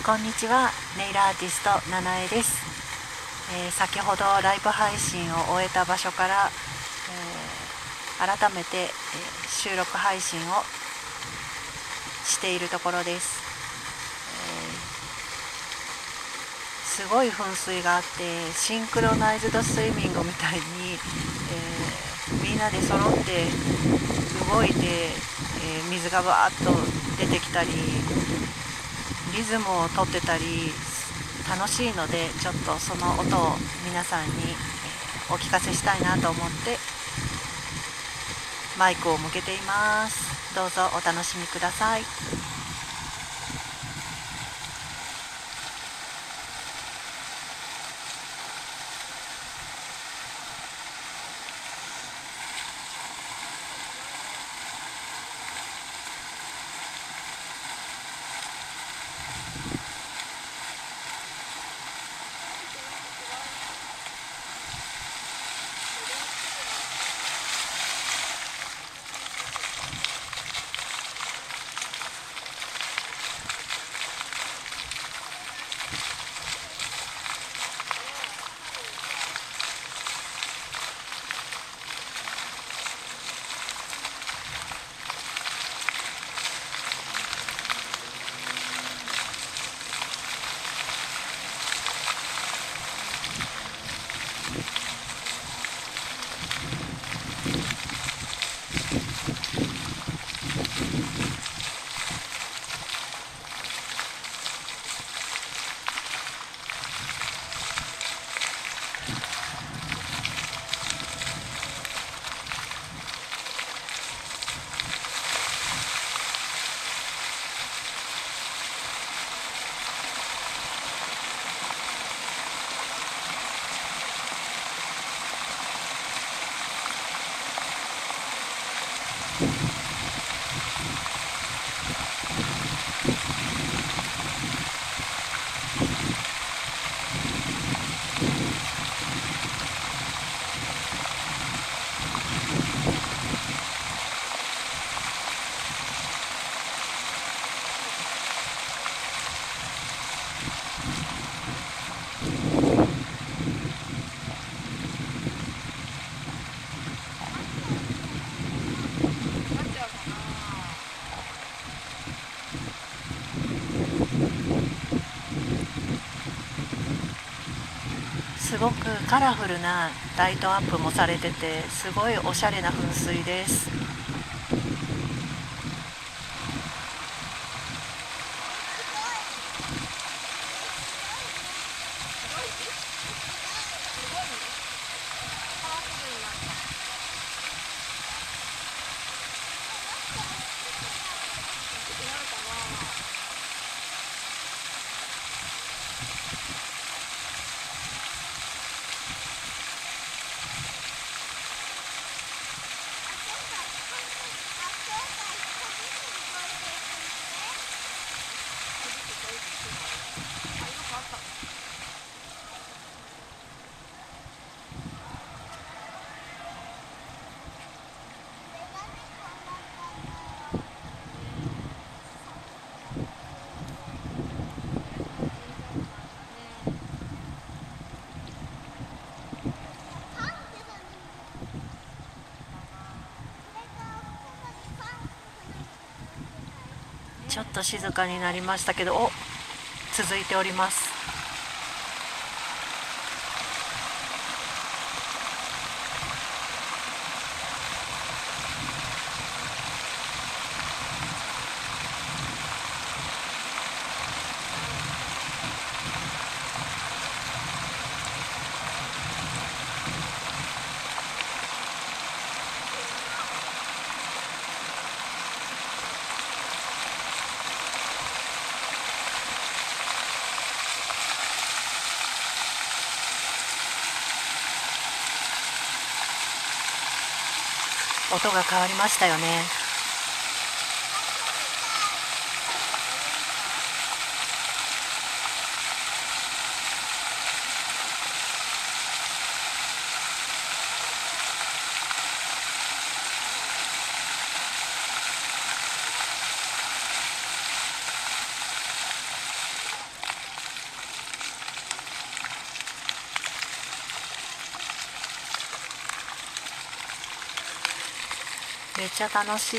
こんにちは、ネイルアーティストななえです。先ほどライブ配信を終えた場所から、改めて、収録配信をしているところです。すごい噴水があって、シンクロナイズドスイミングみたいに、みんなで揃って動いて、水がバーッと出てきたり、リズムをとってたり楽しいので、ちょっとその音を皆さんにお聞かせしたいなと思ってマイクを向けています。どうぞお楽しみください。すごくカラフルなライトアップもされてて、すごいおしゃれな噴水です。ちょっと静かになりましたけど、続いております。音が変わりましたよね。 めっちゃ楽しい。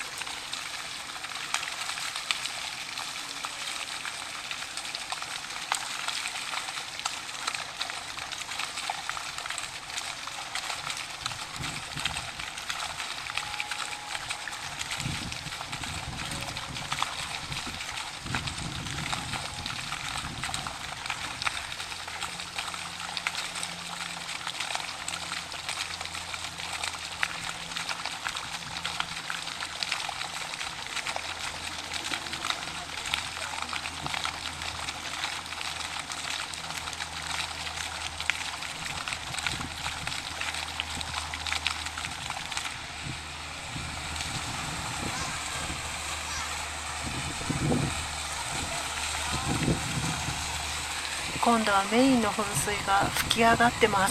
今度はメインの噴水が吹き上がってます。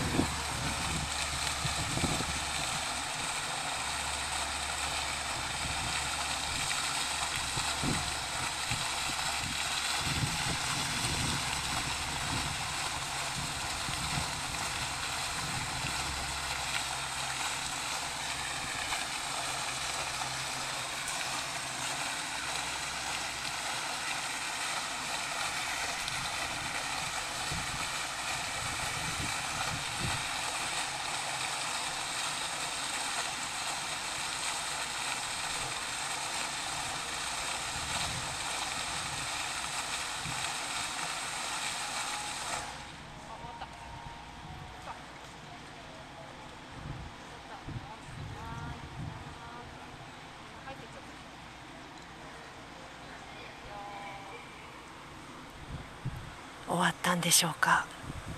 終わったんでしょうか。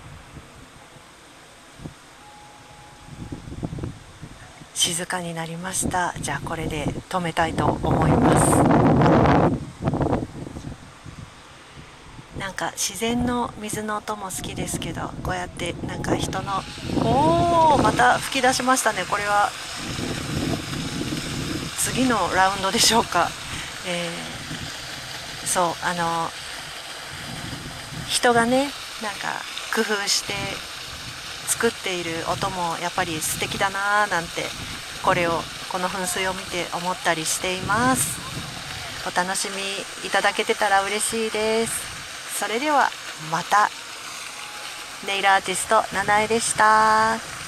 静かになりました。じゃあこれで止めたいと思います。なんか自然の水の音も好きですけど、こうやってなんか人のまた吹き出しましたね。これは次のラウンドでしょうか。そう人がねなんか工夫して作っている音もやっぱり素敵だなーなんてこの噴水を見て思ったりしています。お楽しみいただけてたら嬉しいです。それではまた。ネイルアーティストななえでした。